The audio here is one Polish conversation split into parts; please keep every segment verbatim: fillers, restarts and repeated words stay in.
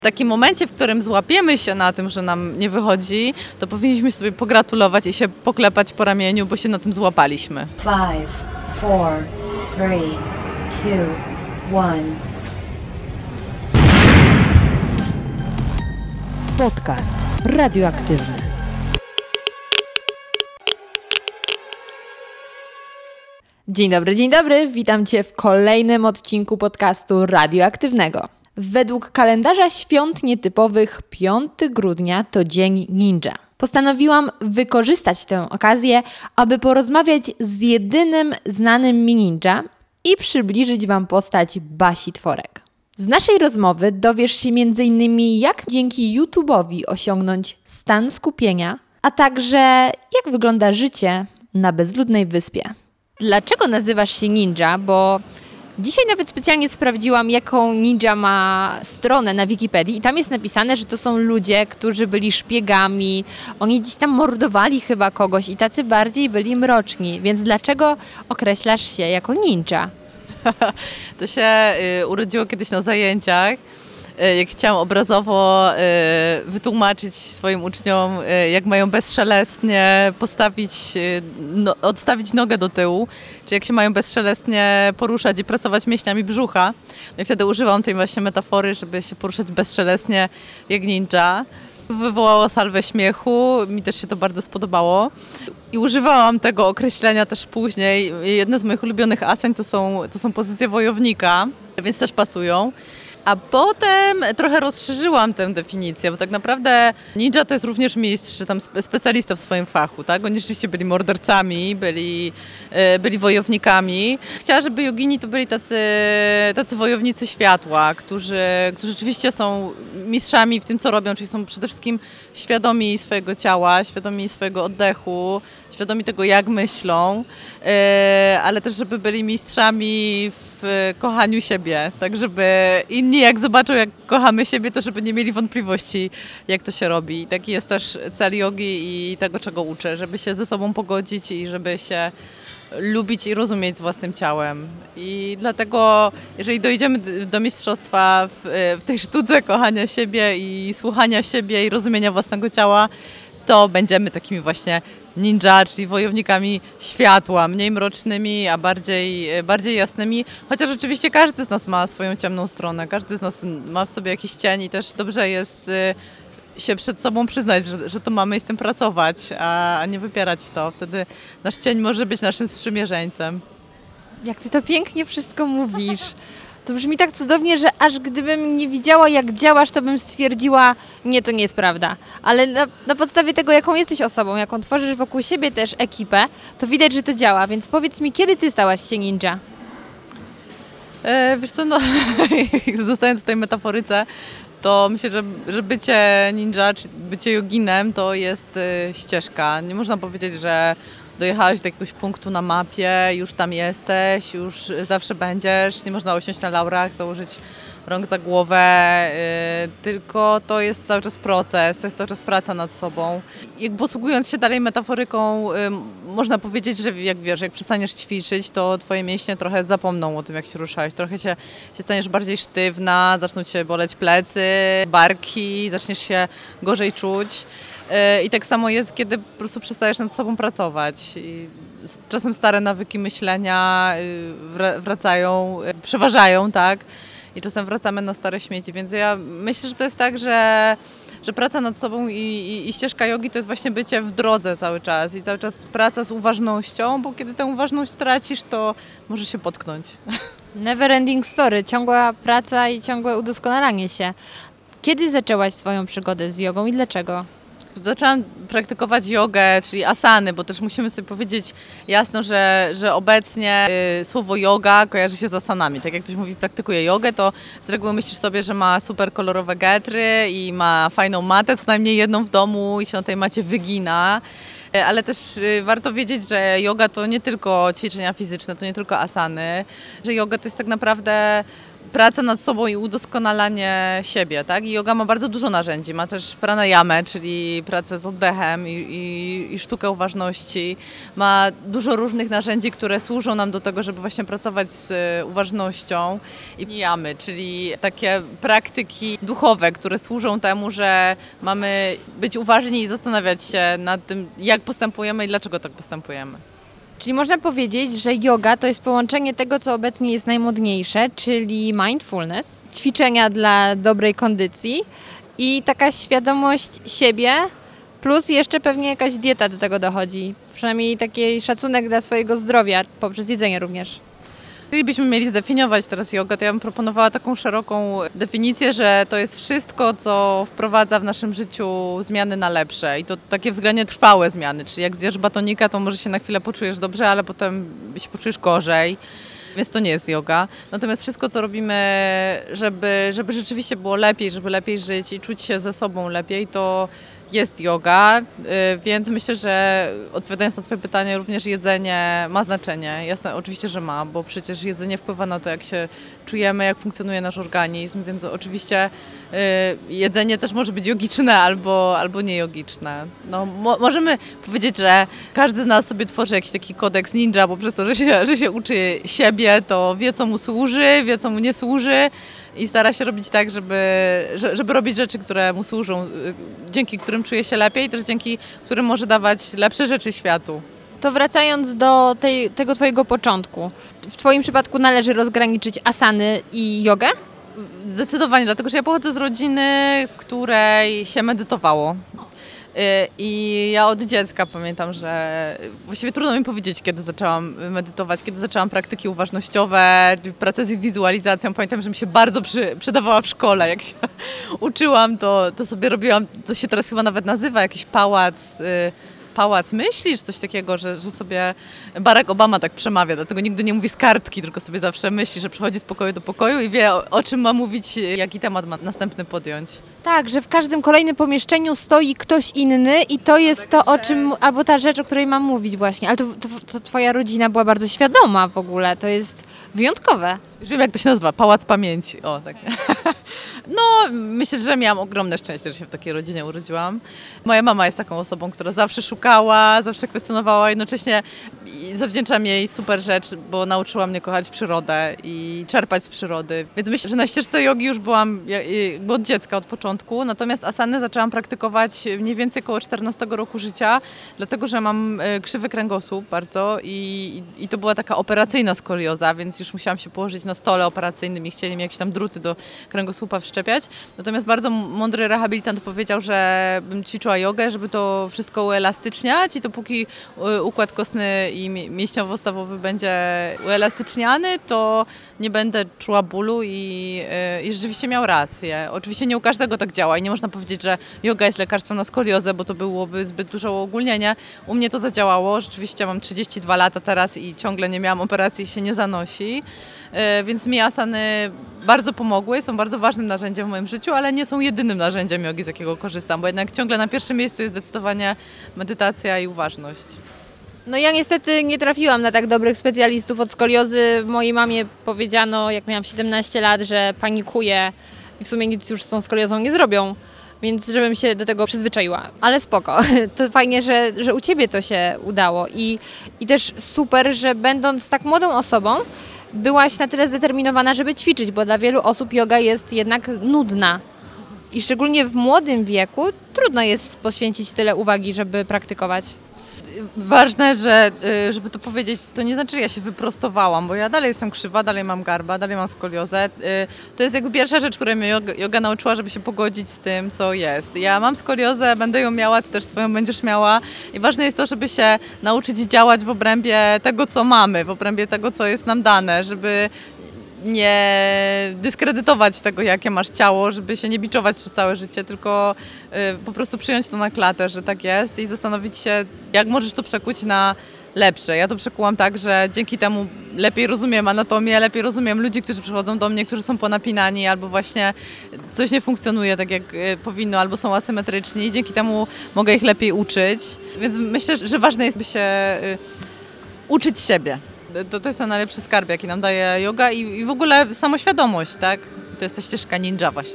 W takim momencie, w którym złapiemy się na tym, że nam nie wychodzi, to powinniśmy sobie pogratulować i się poklepać po ramieniu, bo się na tym złapaliśmy. Five, four, three, two, one. Podcast radioaktywny. Dzień dobry, dzień dobry. Witam Cię w kolejnym odcinku podcastu radioaktywnego. Według kalendarza świąt nietypowych piątego grudnia to Dzień Ninja. Postanowiłam wykorzystać tę okazję, aby porozmawiać z jedynym znanym mi ninja i przybliżyć Wam postać Basi Tworek. Z naszej rozmowy dowiesz się między innymi, jak dzięki YouTube'owi osiągnąć stan skupienia, a także jak wygląda życie na bezludnej wyspie. Dlaczego nazywasz się ninja? Bo dzisiaj nawet specjalnie sprawdziłam, jaką ninja ma stronę na Wikipedii i tam jest napisane, że to są ludzie, którzy byli szpiegami, oni gdzieś tam mordowali chyba kogoś i tacy bardziej byli mroczni. Więc dlaczego określasz się jako ninja? To się y, urodziło kiedyś na zajęciach, y, jak chciałam obrazowo y, wytłumaczyć swoim uczniom, y, jak mają bezszelestnie postawić, y, no, odstawić nogę do tyłu, czy jak się mają bezszelestnie poruszać i pracować mięśniami brzucha. No i wtedy używam tej właśnie metafory, żeby się poruszać bezszelestnie jak ninja. Wywołało salwę śmiechu, mi też się to bardzo spodobało i używałam tego określenia też później. Jedne z moich ulubionych asań to są, to są pozycje wojownika, więc też pasują. A potem trochę rozszerzyłam tę definicję, bo tak naprawdę ninja to jest również mistrz, czy tam specjalista w swoim fachu, tak? Oni rzeczywiście byli mordercami, byli, byli wojownikami. Chciałam, żeby jogini to byli tacy, tacy wojownicy światła, którzy, którzy rzeczywiście są mistrzami w tym, co robią, czyli są przede wszystkim świadomi swojego ciała, świadomi swojego oddechu, świadomi tego, jak myślą, ale też, żeby byli mistrzami w kochaniu siebie, tak żeby inni jak zobaczą, jak kochamy siebie, to żeby nie mieli wątpliwości, jak to się robi. I taki jest też cel jogi i tego, czego uczę, żeby się ze sobą pogodzić i żeby się lubić i rozumieć z własnym ciałem. I dlatego, jeżeli dojdziemy do mistrzostwa w, w tej sztuce kochania siebie i słuchania siebie i rozumienia własnego ciała, to będziemy takimi właśnie ninja, czyli wojownikami światła, mniej mrocznymi, a bardziej, bardziej jasnymi. Chociaż oczywiście każdy z nas ma swoją ciemną stronę, każdy z nas ma w sobie jakiś cień i też dobrze jest się przed sobą przyznać, że, że to mamy i z tym pracować, a nie wypierać to. Wtedy nasz cień może być naszym sprzymierzeńcem. Jak Ty to pięknie wszystko mówisz. To brzmi tak cudownie, że aż gdybym nie widziała, jak działasz, to bym stwierdziła, nie, to nie jest prawda. Ale na, na podstawie tego, jaką jesteś osobą, jaką tworzysz wokół siebie też ekipę, to widać, że to działa. Więc powiedz mi, kiedy Ty stałaś się ninja? E, wiesz co, no, zostając w tej metaforyce, to myślę, że, że bycie ninja, czy bycie joginem to jest y, ścieżka. Nie można powiedzieć, że dojechałeś do jakiegoś punktu na mapie, już tam jesteś, już zawsze będziesz, nie można usiąść na laurach, założyć rąk za głowę, yy, tylko to jest cały czas proces, to jest cały czas praca nad sobą. I posługując się dalej metaforyką, yy, można powiedzieć, że jak wiesz, jak przestaniesz ćwiczyć, to twoje mięśnie trochę zapomną o tym, jak się ruszałeś, trochę się, się staniesz bardziej sztywna, zaczną cię boleć plecy, barki, zaczniesz się gorzej czuć. I tak samo jest, kiedy po prostu przestajesz nad sobą pracować. I czasem stare nawyki myślenia wracają, przeważają, tak? I czasem wracamy na stare śmieci. Więc ja myślę, że to jest tak, że, że praca nad sobą i, i, i ścieżka jogi to jest właśnie bycie w drodze cały czas. I cały czas praca z uważnością, bo kiedy tę uważność tracisz, to możesz się potknąć. Never ending story, ciągła praca i ciągłe udoskonalanie się. Kiedy zaczęłaś swoją przygodę z jogą i dlaczego? Zaczęłam praktykować jogę, czyli asany, bo też musimy sobie powiedzieć jasno, że, że obecnie y, słowo yoga kojarzy się z asanami. Tak jak ktoś mówi, praktykuje jogę, to z reguły myślisz sobie, że ma super kolorowe getry i ma fajną matę, co najmniej jedną w domu i się na tej macie wygina. Ale też warto wiedzieć, że yoga to nie tylko ćwiczenia fizyczne, to nie tylko asany, że yoga to jest tak naprawdę praca nad sobą i udoskonalanie siebie, tak? I joga ma bardzo dużo narzędzi. Ma też pranayamę, czyli pracę z oddechem i, i, i sztukę uważności. Ma dużo różnych narzędzi, które służą nam do tego, żeby właśnie pracować z uważnością. I niyamy, czyli takie praktyki duchowe, które służą temu, że mamy być uważni i zastanawiać się nad tym, jak postępujemy i dlaczego tak postępujemy. Czyli można powiedzieć, że yoga to jest połączenie tego, co obecnie jest najmodniejsze, czyli mindfulness, ćwiczenia dla dobrej kondycji i taka świadomość siebie, plus jeszcze pewnie jakaś dieta do tego dochodzi. Przynajmniej taki szacunek dla swojego zdrowia poprzez jedzenie również. Jeżeli byśmy mieli zdefiniować teraz jogę, to ja bym proponowała taką szeroką definicję, że to jest wszystko, co wprowadza w naszym życiu zmiany na lepsze i to takie względnie trwałe zmiany, czyli jak zjesz batonika, to może się na chwilę poczujesz dobrze, ale potem się poczujesz gorzej, więc to nie jest joga. Natomiast wszystko, co robimy, żeby, żeby rzeczywiście było lepiej, żeby lepiej żyć i czuć się ze sobą lepiej, to jest yoga, więc myślę, że odpowiadając na twoje pytanie, również jedzenie ma znaczenie. Jasne, oczywiście, że ma, bo przecież jedzenie wpływa na to, jak się czujemy, jak funkcjonuje nasz organizm, więc oczywiście jedzenie też może być jogiczne albo, albo niejogiczne. No, mo- możemy powiedzieć, że każdy z nas sobie tworzy jakiś taki kodeks ninja, bo przez to, że się, że się uczy siebie, to wie, co mu służy, wie, co mu nie służy i stara się robić tak, żeby, żeby robić rzeczy, które mu służą, dzięki którym czuje się lepiej, też dzięki którym może dawać lepsze rzeczy światu. To wracając do tej, tego twojego początku, w twoim przypadku należy rozgraniczyć asany i jogę? Zdecydowanie, dlatego że ja pochodzę z rodziny, w której się medytowało. I ja od dziecka pamiętam, że właściwie trudno mi powiedzieć, kiedy zaczęłam medytować, kiedy zaczęłam praktyki uważnościowe, pracę z wizualizacją. Pamiętam, że mi się bardzo przy, przydawała w szkole. Jak się uczyłam, to, to sobie robiłam, to się teraz chyba nawet nazywa jakiś pałac, pałac myśli, czy coś takiego, że, że sobie Barack Obama tak przemawia, dlatego nigdy nie mówi z kartki, tylko sobie zawsze myśli, że przechodzi z pokoju do pokoju i wie, o, o czym ma mówić, jaki temat ma następny podjąć. Tak, że w każdym kolejnym pomieszczeniu stoi ktoś inny i to jest to, o czym, albo ta rzecz, o której mam mówić właśnie. Ale to, to, to twoja rodzina była bardzo świadoma w ogóle, to jest wyjątkowe. Już wiem, jak to się nazywa, Pałac Pamięci. O, tak. No, myślę, że miałam ogromne szczęście, że się w takiej rodzinie urodziłam. Moja mama jest taką osobą, która zawsze szukała, zawsze kwestionowała, jednocześnie zawdzięczam jej super rzecz, bo nauczyła mnie kochać przyrodę i czerpać z przyrody. Więc myślę, że na ścieżce jogi już byłam od dziecka, od początku, natomiast asany zaczęłam praktykować mniej więcej około czternastego roku życia, dlatego, że mam krzywy kręgosłup bardzo i, i to była taka operacyjna skolioza, więc już musiałam się położyć na stole operacyjnym i chcieli mi jakieś tam druty do kręgosłupa wszczepiać. Natomiast bardzo mądry rehabilitant powiedział, że bym ćwiczyła jogę, żeby to wszystko uelastyczniać i dopóki układ kostny i mięśniowo-stawowy będzie uelastyczniany, to nie będę czuła bólu i, i rzeczywiście miał rację. Oczywiście nie u każdego tak działa i nie można powiedzieć, że joga jest lekarstwem na skoliozę, bo to byłoby zbyt duże uogólnienie. U mnie to zadziałało. Rzeczywiście mam trzydzieści dwa lata teraz i ciągle nie miałam operacji i się nie zanosi. Więc mi asany bardzo pomogły, są bardzo ważnym narzędziem w moim życiu, ale nie są jedynym narzędziem jogi, z jakiego korzystam, bo jednak ciągle na pierwszym miejscu jest zdecydowanie medytacja i uważność. No ja niestety nie trafiłam na tak dobrych specjalistów od skoliozy. Mojej mamie powiedziano, jak miałam siedemnaście lat, że panikuje i w sumie nic już z tą skoliozą nie zrobią, więc żebym się do tego przyzwyczaiła. Ale spoko, to fajnie, że, że u ciebie to się udało i, i też super, że będąc tak młodą osobą, byłaś na tyle zdeterminowana, żeby ćwiczyć, bo dla wielu osób joga jest jednak nudna. I szczególnie w młodym wieku trudno jest poświęcić tyle uwagi, żeby praktykować. Ważne, że żeby to powiedzieć, to nie znaczy, że ja się wyprostowałam, bo ja dalej jestem krzywa, dalej mam garba, dalej mam skoliozę. To jest jakby pierwsza rzecz, której mnie joga, joga nauczyła, żeby się pogodzić z tym, co jest. Ja mam skoliozę, będę ją miała, ty też swoją będziesz miała i ważne jest to, żeby się nauczyć działać w obrębie tego, co mamy, w obrębie tego, co jest nam dane, żeby nie dyskredytować tego, jakie masz ciało, żeby się nie biczować przez całe życie, tylko y, po prostu przyjąć to na klatę, że tak jest i zastanowić się, jak możesz to przekuć na lepsze. Ja to przekułam tak, że dzięki temu lepiej rozumiem anatomię, lepiej rozumiem ludzi, którzy przychodzą do mnie, którzy są ponapinani albo właśnie coś nie funkcjonuje tak, jak y, powinno, albo są asymetryczni i dzięki temu mogę ich lepiej uczyć. Więc myślę, że ważne jest, by się y, uczyć siebie. To, to jest ten najlepszy skarb, jaki nam daje yoga i, i w ogóle samoświadomość, tak? To jest ta ścieżka ninja właśnie.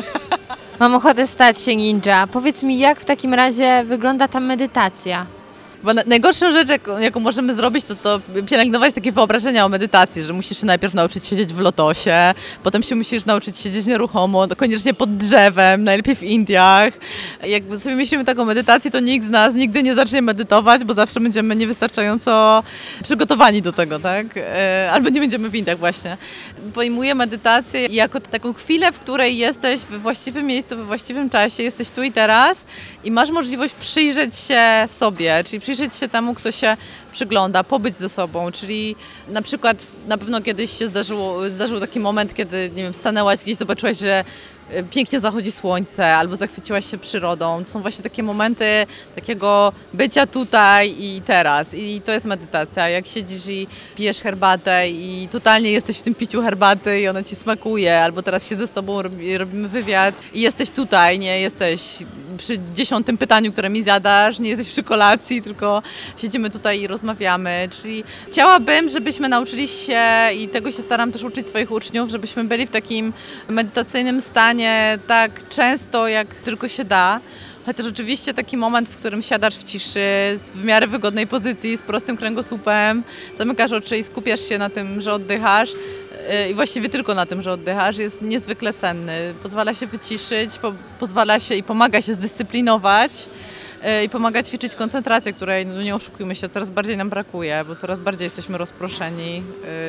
Mam ochotę stać się ninja. Powiedz mi, jak w takim razie wygląda ta medytacja? Bo na, najgorszą rzecz, jaką, jaką możemy zrobić, to, to pielęgnować takie wyobrażenia o medytacji, że musisz się najpierw nauczyć siedzieć w lotosie, potem się musisz nauczyć siedzieć nieruchomo, to koniecznie pod drzewem, najlepiej w Indiach. Jak sobie myślimy tak o medytacji, to nikt z nas nigdy nie zacznie medytować, bo zawsze będziemy niewystarczająco przygotowani do tego, tak? Albo nie będziemy w Indiach właśnie. Pojmuję medytację jako taką chwilę, w której jesteś we właściwym miejscu, we właściwym czasie, jesteś tu i teraz i masz możliwość przyjrzeć się sobie, czyli przyjrzeć się temu, kto się przygląda, pobyć ze sobą, czyli na przykład na pewno kiedyś się zdarzyło, zdarzył taki moment, kiedy, nie wiem, stanęłaś gdzieś, zobaczyłaś, że pięknie zachodzi słońce, albo zachwyciłaś się przyrodą. To są właśnie takie momenty takiego bycia tutaj i teraz. I to jest medytacja. Jak siedzisz i pijesz herbatę i totalnie jesteś w tym piciu herbaty i ona ci smakuje, albo teraz siedzę z tobą, robimy wywiad i jesteś tutaj, nie jesteś przy dziesiątym pytaniu, które mi zadasz, nie jesteś przy kolacji, tylko siedzimy tutaj i rozmawiamy. Czyli chciałabym, żebyśmy nauczyli się, i tego się staram też uczyć swoich uczniów, żebyśmy byli w takim medytacyjnym stanie tak często, jak tylko się da. Chociaż oczywiście taki moment, w którym siadasz w ciszy, w miarę wygodnej pozycji, z prostym kręgosłupem, zamykasz oczy i skupiasz się na tym, że oddychasz i właściwie tylko na tym, że oddychasz, jest niezwykle cenny. Pozwala się wyciszyć, po, pozwala się i pomaga się zdyscyplinować i pomaga ćwiczyć koncentrację, której, no nie oszukujmy się, coraz bardziej nam brakuje, bo coraz bardziej jesteśmy rozproszeni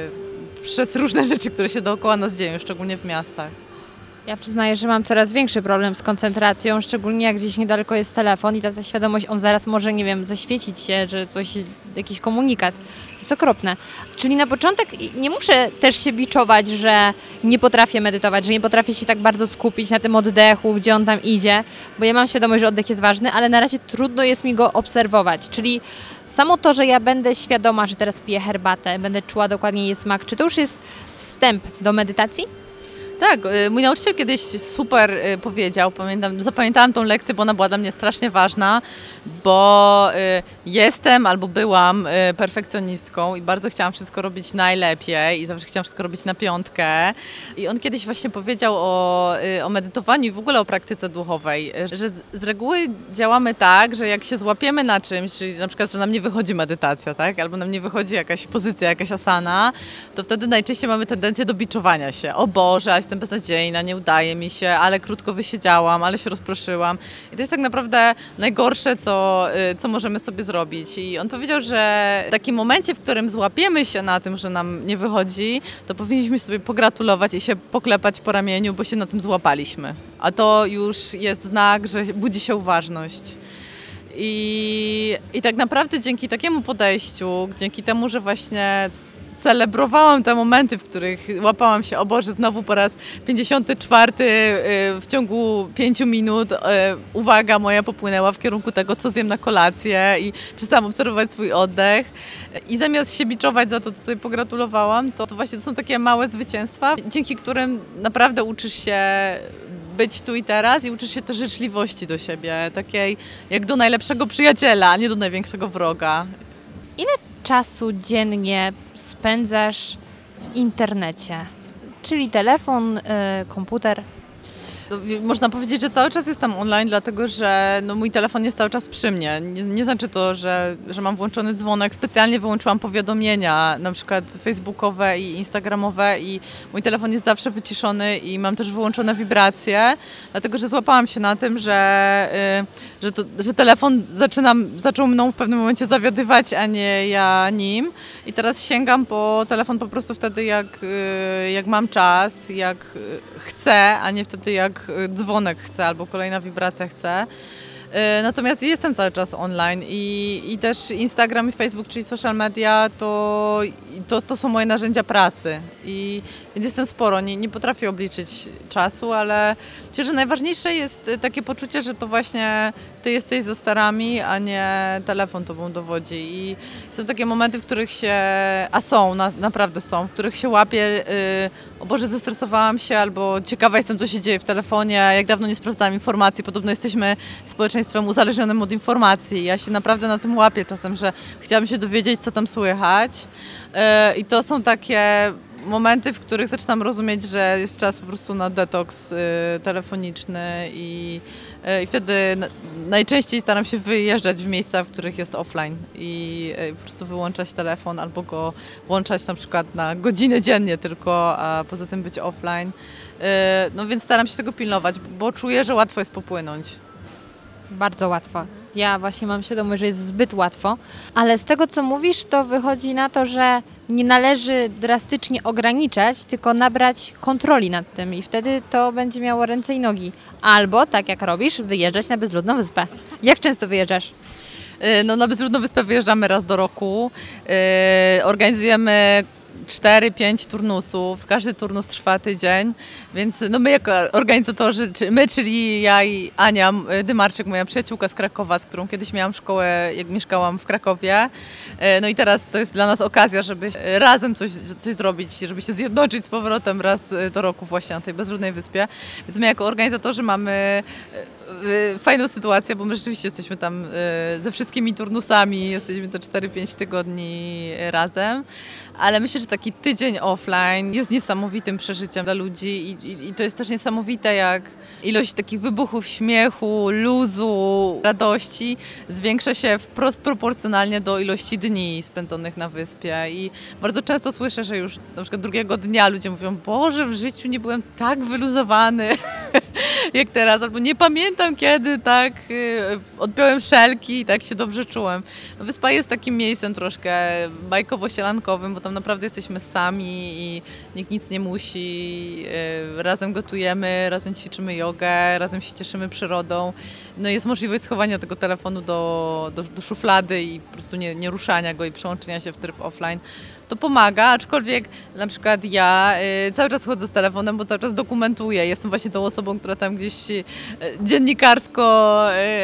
przez różne rzeczy, które się dookoła nas dzieją, szczególnie w miastach. Ja przyznaję, że mam coraz większy problem z koncentracją, szczególnie jak gdzieś niedaleko jest telefon i ta, ta świadomość, on zaraz może, nie wiem, zaświecić się, że coś, jakiś komunikat. To jest okropne. Czyli na początek nie muszę też się biczować, że nie potrafię medytować, że nie potrafię się tak bardzo skupić na tym oddechu, gdzie on tam idzie, bo ja mam świadomość, że oddech jest ważny, ale na razie trudno jest mi go obserwować. Czyli samo to, że ja będę świadoma, że teraz piję herbatę, będę czuła dokładnie jej smak, czy to już jest wstęp do medytacji? Tak, mój nauczyciel kiedyś super powiedział, pamiętam, zapamiętałam tą lekcję, bo ona była dla mnie strasznie ważna, bo jestem albo byłam perfekcjonistką i bardzo chciałam wszystko robić najlepiej i zawsze chciałam wszystko robić na piątkę. I on kiedyś właśnie powiedział o, o medytowaniu i w ogóle o praktyce duchowej, że z, z reguły działamy tak, że jak się złapiemy na czymś, czyli na przykład, że nam nie wychodzi medytacja, tak, albo nam nie wychodzi jakaś pozycja, jakaś asana, to wtedy najczęściej mamy tendencję do biczowania się. O Boże, jestem beznadziejna, nie udaje mi się, ale krótko wysiedziałam, ale się rozproszyłam. I to jest tak naprawdę najgorsze, co, co możemy sobie zrobić. I on powiedział, że w takim momencie, w którym złapiemy się na tym, że nam nie wychodzi, to powinniśmy sobie pogratulować i się poklepać po ramieniu, bo się na tym złapaliśmy. A to już jest znak, że budzi się uważność. I, i tak naprawdę dzięki takiemu podejściu, dzięki temu, że właśnie celebrowałam te momenty, w których łapałam się, o Boże, znowu po raz pięćdziesiąty czwarty w ciągu pięciu minut uwaga moja popłynęła w kierunku tego, co zjem na kolację i przestałam obserwować swój oddech. I zamiast się biczować za to, co sobie pogratulowałam, to, to właśnie to są takie małe zwycięstwa, dzięki którym naprawdę uczysz się być tu i teraz i uczysz się też życzliwości do siebie, takiej jak do najlepszego przyjaciela, a nie do największego wroga. Ile czasu dziennie spędzasz w internecie? Czyli telefon, y, komputer? Można powiedzieć, że cały czas jestem online, dlatego że no, mój telefon jest cały czas przy mnie. Nie, nie znaczy to, że, że mam włączony dzwonek. Specjalnie wyłączyłam powiadomienia, na przykład facebookowe i instagramowe i mój telefon jest zawsze wyciszony i mam też wyłączone wibracje, dlatego że złapałam się na tym, że, y, że, to, że telefon zaczynam, zaczął mną w pewnym momencie zawiadywać, a nie ja nim. I teraz sięgam po telefon po prostu wtedy, jak, y, jak mam czas, jak chcę, a nie wtedy, jak dzwonek chce albo kolejna wibracja chce. Natomiast jestem cały czas online i, i też Instagram i Facebook, czyli social media, to, to, to są moje narzędzia pracy. I, więc jestem sporo, nie, nie potrafię obliczyć czasu, ale myślę, że najważniejsze jest takie poczucie, że to właśnie ty jesteś za starami, a nie telefon tobą dowodzi. I są takie momenty, w których się, a są, na, naprawdę są, w których się łapie y, o Boże, zestresowałam się, albo ciekawa jestem, co się dzieje w telefonie, jak dawno nie sprawdzałam informacji. Podobno jesteśmy społeczeństwem uzależnionym od informacji. Ja się naprawdę na tym łapię czasem, że chciałabym się dowiedzieć, co tam słychać. I to są takie momenty, w których zaczynam rozumieć, że jest czas po prostu na detoks telefoniczny i I wtedy najczęściej staram się wyjeżdżać w miejsca, w których jest offline i po prostu wyłączać telefon albo go włączać na przykład na godzinę dziennie tylko, a poza tym być offline. No więc staram się tego pilnować, bo czuję, że łatwo jest popłynąć. Bardzo łatwo. Ja właśnie mam świadomość, że jest zbyt łatwo, ale z tego, co mówisz, to wychodzi na to, że nie należy drastycznie ograniczać, tylko nabrać kontroli nad tym i wtedy to będzie miało ręce i nogi. Albo, tak jak robisz, wyjeżdżać na bezludną wyspę. Jak często wyjeżdżasz? No, na bezludną wyspę wyjeżdżamy raz do roku. Yy, organizujemy cztery pięć turnusów, każdy turnus trwa tydzień, więc no my jako organizatorzy, my, czyli ja i Ania Dymarczyk, moja przyjaciółka z Krakowa, z którą kiedyś miałam szkołę, jak mieszkałam w Krakowie, no i teraz to jest dla nas okazja, żeby razem coś, coś zrobić, żeby się zjednoczyć z powrotem raz do roku właśnie na tej bezludnej wyspie, więc my jako organizatorzy mamy fajną sytuację, bo my rzeczywiście jesteśmy tam ze wszystkimi turnusami, jesteśmy to cztery pięć tygodni razem, ale myślę, że taki tydzień offline jest niesamowitym przeżyciem dla ludzi i, i, i to jest też niesamowite, jak ilość takich wybuchów śmiechu, luzu, radości zwiększa się wprost proporcjonalnie do ilości dni spędzonych na wyspie i bardzo często słyszę, że już na przykład drugiego dnia ludzie mówią: Boże, w życiu nie byłem tak wyluzowany jak teraz, albo nie pamiętam kiedy tak odpiąłem szelki i tak się dobrze czułem. No, wyspa jest takim miejscem troszkę bajkowo-sielankowym, bo tam naprawdę jesteśmy sami i nikt nic nie musi. Razem gotujemy, razem ćwiczymy jogę, razem się cieszymy przyrodą. No jest możliwość schowania tego telefonu do, do, do szuflady i po prostu nie, nie ruszania go i przełączenia się w tryb offline. To pomaga, aczkolwiek na przykład ja y, cały czas chodzę z telefonem, bo cały czas dokumentuję. Jestem właśnie tą osobą, która tam gdzieś y, dziennikarsko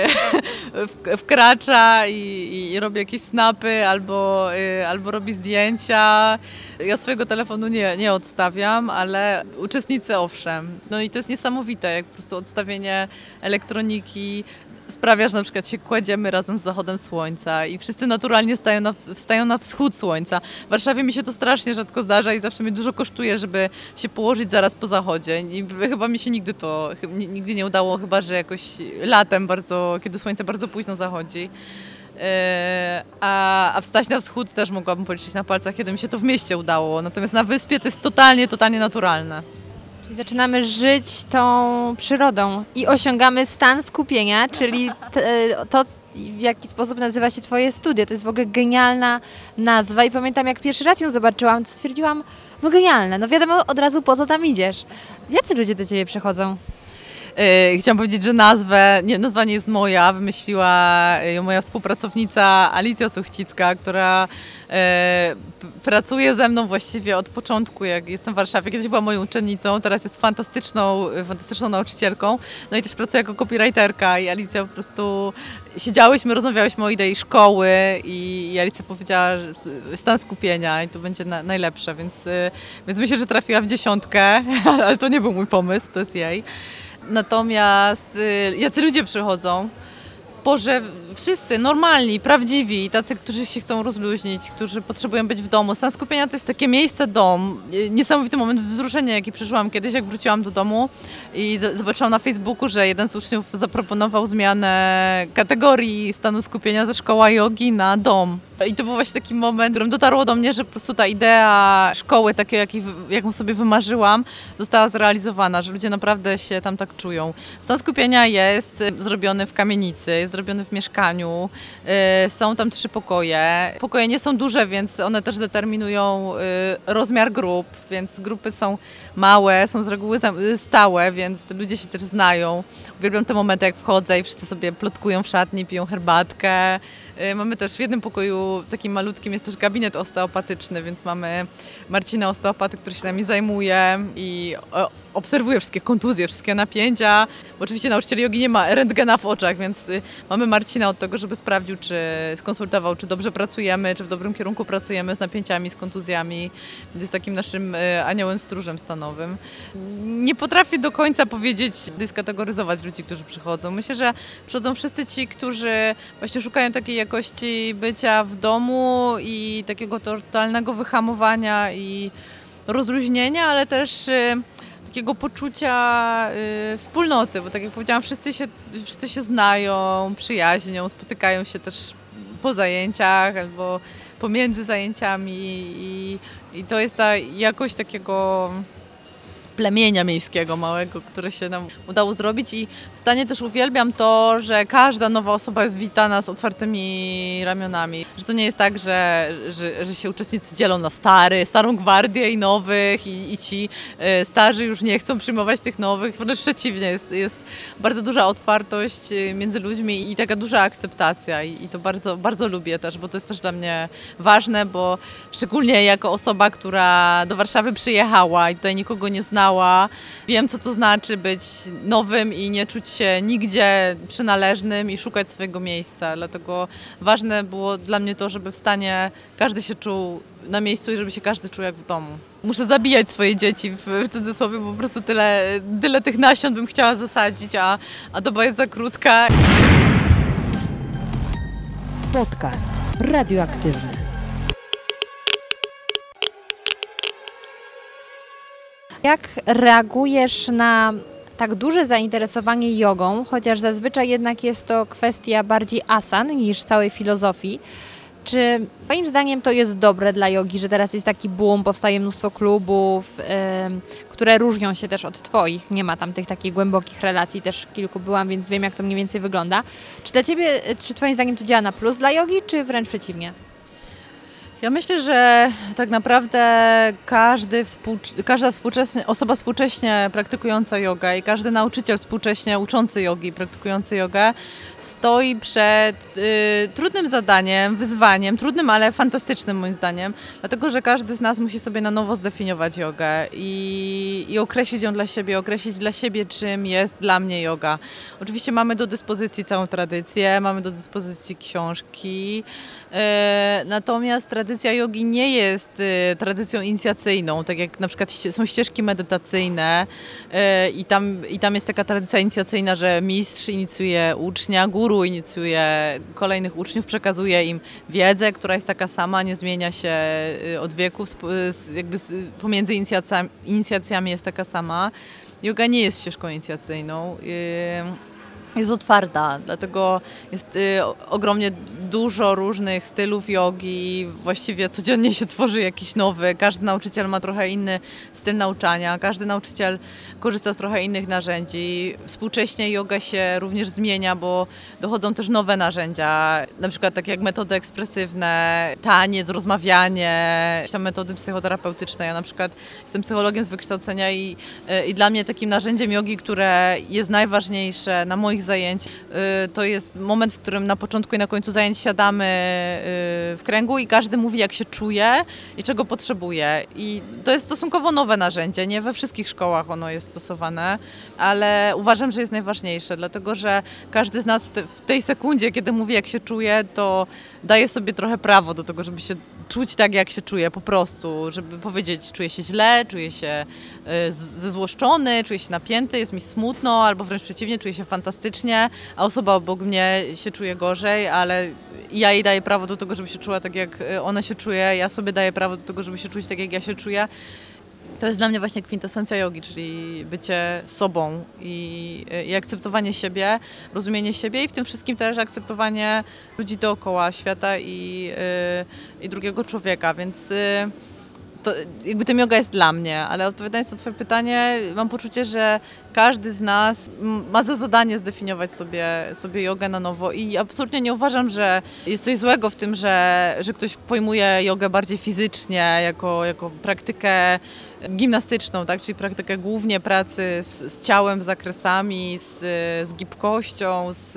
y, wkracza i, i robi jakieś snapy albo, y, albo robi zdjęcia. Ja swojego telefonu nie, nie odstawiam, ale uczestnicy owszem. No i to jest niesamowite, jak po prostu odstawienie elektroniki sprawia, że na przykład się kładziemy razem z zachodem słońca i wszyscy naturalnie stają na, wstają na wschód słońca. W Warszawie mi się to strasznie rzadko zdarza i zawsze mnie dużo kosztuje, żeby się położyć zaraz po zachodzie. I chyba mi się nigdy to nigdy nie udało, chyba że jakoś latem bardzo, kiedy słońce bardzo późno zachodzi. Yy, a, a wstać na wschód też mogłabym policzyć na palcach, kiedy mi się to w mieście udało. Natomiast na wyspie to jest totalnie, totalnie naturalne. Czyli zaczynamy żyć tą przyrodą i osiągamy stan skupienia, czyli to, w jaki sposób nazywa się twoje studio. To jest w ogóle genialna nazwa i pamiętam, jak pierwszy raz ją zobaczyłam, to stwierdziłam, no genialne, no wiadomo od razu, po co tam idziesz. Jacy ludzie do ciebie przychodzą? Yy, chciałam powiedzieć, że nazwę, nie, nazwa nie jest moja, wymyśliła ją moja współpracownica Alicja Suchcicka, która yy, p- pracuje ze mną właściwie od początku, jak jestem w Warszawie. Kiedyś była moją uczennicą, teraz jest fantastyczną, fantastyczną nauczycielką, no i też pracuje jako copywriterka i Alicja po prostu siedziałyśmy, rozmawiałyśmy o idei szkoły i, i Alicja powiedziała, że stan skupienia i to będzie na, najlepsze, więc, yy, więc myślę, że trafiła w dziesiątkę, ale to nie był mój pomysł, to jest jej. Natomiast y, jacy ludzie przychodzą? Boże, wszyscy normalni, prawdziwi, tacy, którzy się chcą rozluźnić, którzy potrzebują być w domu. Stan skupienia to jest takie miejsce dom. Niesamowity moment wzruszenia, jaki przeżyłam kiedyś, jak wróciłam do domu i z- zobaczyłam na Facebooku, że jeden z uczniów zaproponował zmianę kategorii stanu skupienia ze szkoła jogi na dom. I to był właśnie taki moment, w którym dotarło do mnie, że po prostu ta idea szkoły, takiej, jakiej, jaką sobie wymarzyłam, została zrealizowana, że ludzie naprawdę się tam tak czują. Stan skupienia jest zrobiony w kamienicy, jest zrobiony w mieszkaniu. Są tam trzy pokoje. Pokoje nie są duże, więc one też determinują rozmiar grup, więc grupy są małe, są z reguły stałe, więc ludzie się też znają. Uwielbiam te momenty, jak wchodzę i wszyscy sobie plotkują w szatni, piją herbatkę. Mamy też w jednym pokoju, takim malutkim, jest też gabinet osteopatyczny, więc mamy Marcina osteopaty, który się nami zajmuje i obserwuję wszystkie kontuzje, wszystkie napięcia, bo oczywiście nauczyciel jogi nie ma rentgena w oczach, więc y, mamy Marcina od tego, żeby sprawdził, czy skonsultował, czy dobrze pracujemy, czy w dobrym kierunku pracujemy z napięciami, z kontuzjami, więc jest takim naszym y, aniołem stróżem stanowym. Nie potrafię do końca powiedzieć, skategoryzować ludzi, którzy przychodzą. Myślę, że przychodzą wszyscy ci, którzy właśnie szukają takiej jakości bycia w domu i takiego totalnego wyhamowania i rozluźnienia, ale też y, takiego poczucia y, wspólnoty, bo tak jak powiedziałam, wszyscy się, wszyscy się znają, przyjaźnią, spotykają się też po zajęciach albo pomiędzy zajęciami i, i to jest ta jakość takiego plemienia miejskiego małego, które się nam udało zrobić i w stanie też uwielbiam to, że każda nowa osoba jest witana z otwartymi ramionami. Że to nie jest tak, że, że, że się uczestnicy dzielą na stary, starą gwardię i nowych i, i ci y, starzy już nie chcą przyjmować tych nowych. Wręcz przeciwnie, jest, jest bardzo duża otwartość między ludźmi i taka duża akceptacja i, i to bardzo, bardzo lubię też, bo to jest też dla mnie ważne, bo szczególnie jako osoba, która do Warszawy przyjechała i tutaj nikogo nie znała, wiem, co to znaczy być nowym i nie czuć się nigdzie przynależnym i szukać swojego miejsca. Dlatego ważne było dla mnie to, żeby w stanie każdy się czuł na miejscu i żeby się każdy czuł jak w domu. Muszę zabijać swoje dzieci w, w cudzysłowie, bo po prostu tyle, tyle tych nasion bym chciała zasadzić, a, a doba jest za krótka. Podcast radioaktywny. Jak reagujesz na tak duże zainteresowanie jogą, chociaż zazwyczaj jednak jest to kwestia bardziej asan niż całej filozofii? Czy twoim zdaniem to jest dobre dla jogi, że teraz jest taki boom, powstaje mnóstwo klubów, yy, które różnią się też od twoich, nie ma tam tych takich głębokich relacji, też kilku byłam, więc wiem, jak to mniej więcej wygląda. Czy dla ciebie, czy twoim zdaniem to działa na plus dla jogi, czy wręcz przeciwnie? Ja myślę, że tak naprawdę każdy współcz- każda współcześnie, osoba współcześnie praktykująca jogę i każdy nauczyciel współcześnie uczący jogi, praktykujący jogę stoi przed y, trudnym zadaniem, wyzwaniem, trudnym, ale fantastycznym moim zdaniem, dlatego, że każdy z nas musi sobie na nowo zdefiniować jogę i, i określić ją dla siebie, określić dla siebie, czym jest dla mnie joga. Oczywiście mamy do dyspozycji całą tradycję, mamy do dyspozycji książki, y, natomiast tradycja jogi nie jest y, tradycją inicjacyjną, tak jak na przykład ście, są ścieżki medytacyjne y, i, tam, i tam jest taka tradycja inicjacyjna, że mistrz inicjuje ucznia, guru inicjuje kolejnych uczniów, przekazuje im wiedzę, która jest taka sama, nie zmienia się y, od wieków, jakby pomiędzy inicjacjami, inicjacjami jest taka sama. Joga nie jest ścieżką inicjacyjną. Y, Jest otwarta, dlatego jest y, ogromnie dużo różnych stylów jogi, właściwie codziennie się tworzy jakiś nowy, każdy nauczyciel ma trochę inny styl nauczania, każdy nauczyciel korzysta z trochę innych narzędzi. Współcześnie joga się również zmienia, bo dochodzą też nowe narzędzia, na przykład takie jak metody ekspresywne, taniec, rozmawianie, tam metody psychoterapeutyczne. Ja na przykład jestem psychologiem z wykształcenia i, y, i dla mnie takim narzędziem jogi, które jest najważniejsze na moich zajęć, to jest moment, w którym na początku i na końcu zajęć siadamy w kręgu i każdy mówi, jak się czuje i czego potrzebuje. I to jest stosunkowo nowe narzędzie, nie we wszystkich szkołach ono jest stosowane, ale uważam, że jest najważniejsze, dlatego że każdy z nas w, te, w tej sekundzie, kiedy mówi, jak się czuje, to daje sobie trochę prawo do tego, żeby się czuć tak, jak się czuje po prostu, żeby powiedzieć, czuję się źle, czuję się y, zezłoszczony, czuję się napięty, jest mi smutno, albo wręcz przeciwnie, czuję się fantastycznie, a osoba obok mnie się czuje gorzej, ale ja jej daję prawo do tego, żeby się czuła tak, jak ona się czuje, ja sobie daję prawo do tego, żeby się czuć tak, jak ja się czuję. To jest dla mnie właśnie kwintesencja jogi, czyli bycie sobą i, i akceptowanie siebie, rozumienie siebie i w tym wszystkim też akceptowanie ludzi dookoła, świata i, y, i drugiego człowieka, więc y, to, jakby ten joga jest dla mnie, ale odpowiadając na twoje pytanie, mam poczucie, że każdy z nas ma za zadanie zdefiniować sobie, sobie jogę na nowo i absolutnie nie uważam, że jest coś złego w tym, że, że ktoś pojmuje jogę bardziej fizycznie, jako, jako praktykę gimnastyczną, tak? Czyli praktykę głównie pracy z, z ciałem, z zakresami, z, z gibkością, z,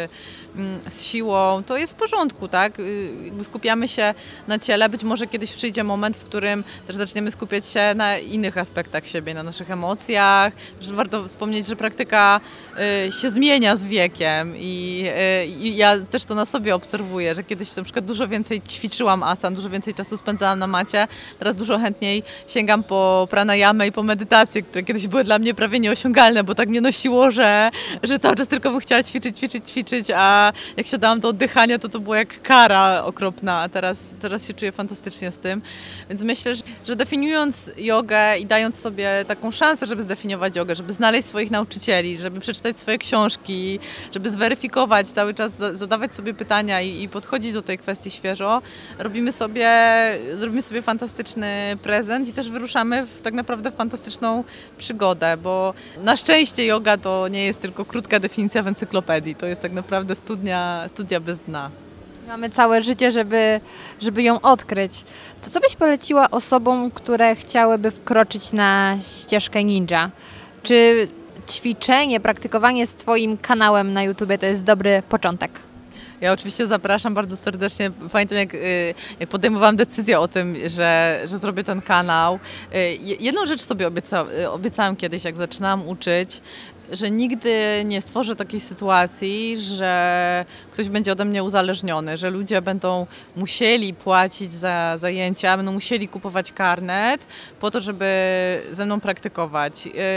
z siłą. To jest w porządku, tak? Skupiamy się na ciele. Być może kiedyś przyjdzie moment, w którym też zaczniemy skupiać się na innych aspektach siebie, na naszych emocjach. Też warto wspomnieć, że praktyka się zmienia z wiekiem i, i ja też to na sobie obserwuję, że kiedyś na przykład dużo więcej ćwiczyłam asan, dużo więcej czasu spędzałam na macie, teraz dużo chętniej sięgam po pranayamę i po medytację, które kiedyś były dla mnie prawie nieosiągalne, bo tak mnie nosiło, że, że cały czas tylko bym chciała ćwiczyć, ćwiczyć, ćwiczyć, a jak siadałam do oddychania, to to było jak kara okropna, a teraz, teraz się czuję fantastycznie z tym. Więc myślę, że, że definiując jogę i dając sobie taką szansę, żeby zdefiniować jogę, żeby znaleźć swoich nauczycieli, żeby przeczytać swoje książki, żeby zweryfikować, cały czas zadawać sobie pytania i, i podchodzić do tej kwestii świeżo, robimy sobie, zrobimy sobie fantastyczny prezent i też wyruszamy w tak naprawdę fantastyczną przygodę, bo na szczęście yoga to nie jest tylko krótka definicja w encyklopedii, to jest tak naprawdę studnia, studia bez dna. Mamy całe życie, żeby, żeby ją odkryć. To co byś poleciła osobom, które chciałyby wkroczyć na ścieżkę ninja? Czy ćwiczenie, praktykowanie z Twoim kanałem na YouTubie to jest dobry początek? Ja oczywiście zapraszam bardzo serdecznie. Pamiętam, jak, jak podejmowałam decyzję o tym, że, że zrobię ten kanał. Jedną rzecz sobie obieca, obiecałam kiedyś, jak zaczynałam uczyć, że nigdy nie stworzę takiej sytuacji, że ktoś będzie ode mnie uzależniony, że ludzie będą musieli płacić za zajęcia, będą musieli kupować karnet po to, żeby ze mną praktykować.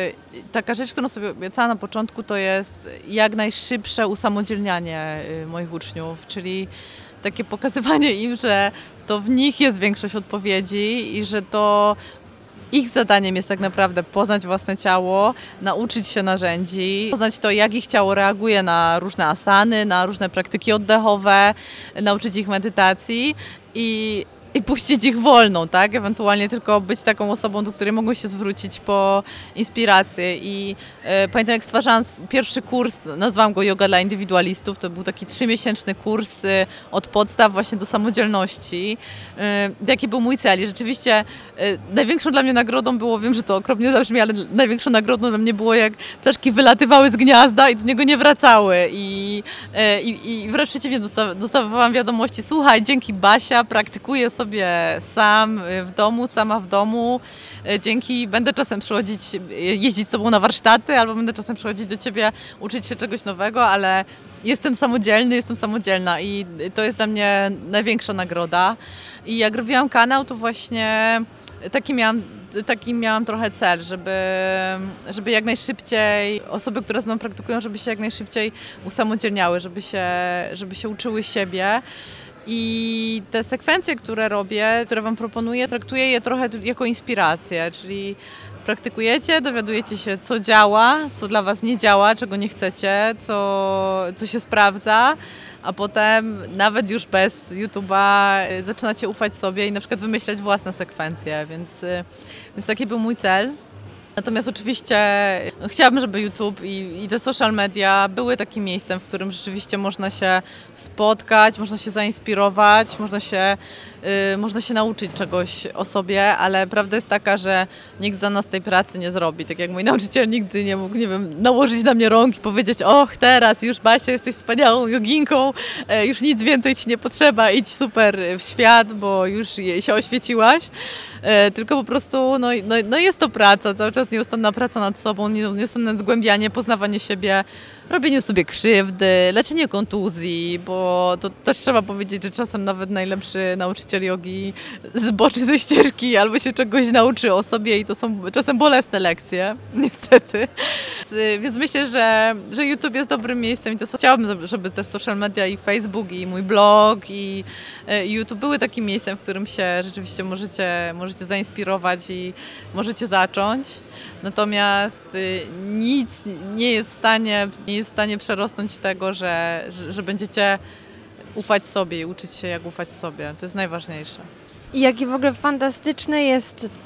Taka rzecz, którą sobie obiecałam na początku, to jest jak najszybsze usamodzielnianie moich uczniów, czyli takie pokazywanie im, że to w nich jest większość odpowiedzi i że to ich zadaniem jest tak naprawdę poznać własne ciało, nauczyć się narzędzi, poznać to, jak ich ciało reaguje na różne asany, na różne praktyki oddechowe, nauczyć ich medytacji i i puścić ich wolną, tak? Ewentualnie tylko być taką osobą, do której mogą się zwrócić po inspirację. I e, pamiętam, jak stwarzałam pierwszy kurs, nazwałam go Yoga dla indywidualistów, to był taki trzymiesięczny kurs e, od podstaw właśnie do samodzielności. E, jaki był mój cel? I rzeczywiście e, największą dla mnie nagrodą było, wiem, że to okropnie zabrzmi, ale największą nagrodą dla mnie było, jak ptaszki wylatywały z gniazda i do niego nie wracały. I, e, i, i wręcz przeciwnie, dostaw, dostawałam wiadomości, słuchaj, dzięki Basia praktykuję sobie sobie sam w domu, sama w domu. Dzięki będę czasem przychodzić, jeździć z tobą na warsztaty, albo będę czasem przychodzić do ciebie, uczyć się czegoś nowego, ale jestem samodzielny, jestem samodzielna i to jest dla mnie największa nagroda. I jak robiłam kanał, to właśnie taki miałam Taki miałam trochę cel, żeby, żeby jak najszybciej osoby, które z mną praktykują, żeby się jak najszybciej usamodzielniały, żeby się, żeby się uczyły siebie. I te sekwencje, które robię, które wam proponuję, traktuję je trochę jako inspirację, czyli praktykujecie, dowiadujecie się, co działa, co dla was nie działa, czego nie chcecie, co, co się sprawdza, a potem nawet już bez YouTube'a zaczynacie ufać sobie i na przykład wymyślać własne sekwencje, więc, więc taki był mój cel. Natomiast oczywiście no, chciałabym, żeby YouTube i, i te social media były takim miejscem, w którym rzeczywiście można się spotkać, można się zainspirować, można się, yy, można się nauczyć czegoś o sobie, ale prawda jest taka, że nikt za nas tej pracy nie zrobi. Tak jak mój nauczyciel nigdy nie mógł, nie wiem, nałożyć na mnie rąk i powiedzieć: och, teraz już Basia, jesteś wspaniałą joginką, yy, już nic więcej ci nie potrzeba, idź super w świat, bo już się oświeciłaś. Tylko po prostu no, no, no jest to praca, cały czas nieustanna praca nad sobą, nieustanne zgłębianie, poznawanie siebie, robienie sobie krzywdy, leczenie kontuzji, bo to też trzeba powiedzieć, że czasem nawet najlepszy nauczyciel jogi zboczy ze ścieżki albo się czegoś nauczy o sobie i to są czasem bolesne lekcje, niestety. Więc myślę, że, że YouTube jest dobrym miejscem i to chciałabym, żeby też social media i Facebook i mój blog i YouTube były takim miejscem, w którym się rzeczywiście możecie, możecie zainspirować i możecie zacząć. Natomiast y, nic nie jest w stanie, nie jest w stanie przerosnąć tego, że, że, że będziecie ufać sobie i uczyć się, jak ufać sobie. To jest najważniejsze. I jaki w ogóle fantastyczny jest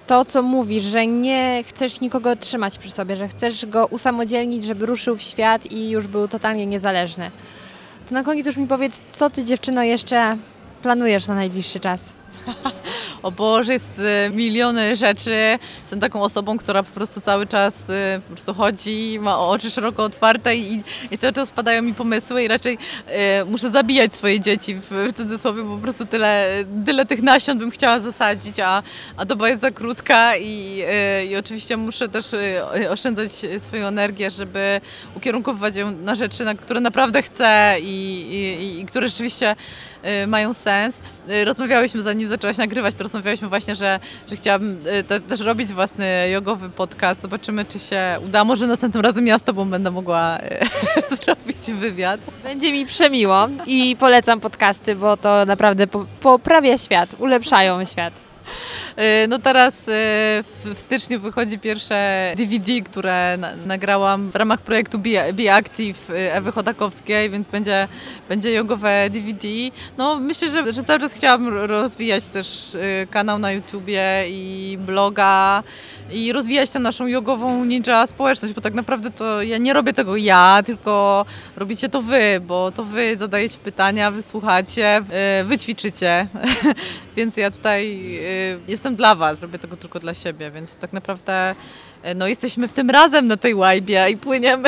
to, co mówisz, że nie chcesz nikogo trzymać przy sobie, że chcesz go usamodzielnić, żeby ruszył w świat i już był totalnie niezależny. To na koniec już mi powiedz, co ty, dziewczyno, jeszcze planujesz na najbliższy czas? O Boże, jest y, miliony rzeczy. Jestem taką osobą, która po prostu cały czas y, po prostu chodzi, ma oczy szeroko otwarte i, i cały czas spadają mi pomysły i raczej y, muszę zabijać swoje dzieci w, w cudzysłowie, bo po prostu tyle, tyle tych nasion bym chciała zasadzić, a, a doba jest za krótka i, y, i oczywiście muszę też y, oszczędzać swoją energię, żeby ukierunkowywać ją na rzeczy, na które naprawdę chcę i, i, i które rzeczywiście y, mają sens. Y, rozmawiałyśmy, zanim zaczęłaś nagrywać, to rozmawiałyśmy właśnie, że, że chciałabym te, też robić własny jogowy podcast. Zobaczymy, czy się uda. Może następnym razem ja z tobą będę mogła zrobić wywiad. Będzie mi przemiło i polecam podcasty, bo to naprawdę poprawia świat, ulepszają świat. No teraz w styczniu wychodzi pierwsze D V D, które na, nagrałam w ramach projektu Be, Be Active Ewy Chodakowskiej, więc będzie, będzie jogowe D V D. No myślę, że, że cały czas chciałabym rozwijać też kanał na YouTubie i bloga i rozwijać tę naszą jogową ninja społeczność, bo tak naprawdę to ja nie robię tego ja, tylko robicie to wy, bo to wy zadajecie pytania, wy słuchacie, wy ćwiczycie, więc ja tutaj jestem dla was, robię tego tylko dla siebie, więc tak naprawdę no, jesteśmy w tym razem na tej łajbie i płyniemy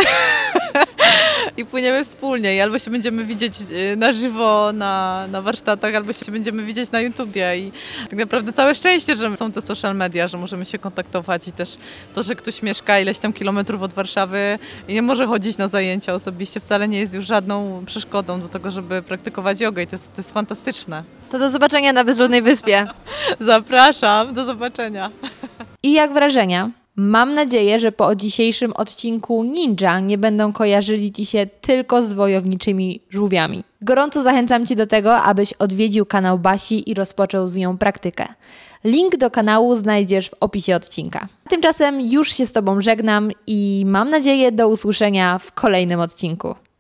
i płyniemy wspólnie i albo się będziemy widzieć na żywo na, na warsztatach, albo się będziemy widzieć na YouTubie i tak naprawdę całe szczęście, że są te social media, że możemy się kontaktować i też to, że ktoś mieszka ileś tam kilometrów od Warszawy i nie może chodzić na zajęcia osobiście, wcale nie jest już żadną przeszkodą do tego, żeby praktykować jogę i to jest, to jest fantastyczne. To do zobaczenia na Bezludnej Wyspie. Zapraszam, do zobaczenia. I jak wrażenia? Mam nadzieję, że po dzisiejszym odcinku Ninja nie będą kojarzyli Ci się tylko z wojowniczymi żółwiami. Gorąco zachęcam Cię do tego, abyś odwiedził kanał Basi i rozpoczął z nią praktykę. Link do kanału znajdziesz w opisie odcinka. Tymczasem już się z Tobą żegnam i mam nadzieję do usłyszenia w kolejnym odcinku.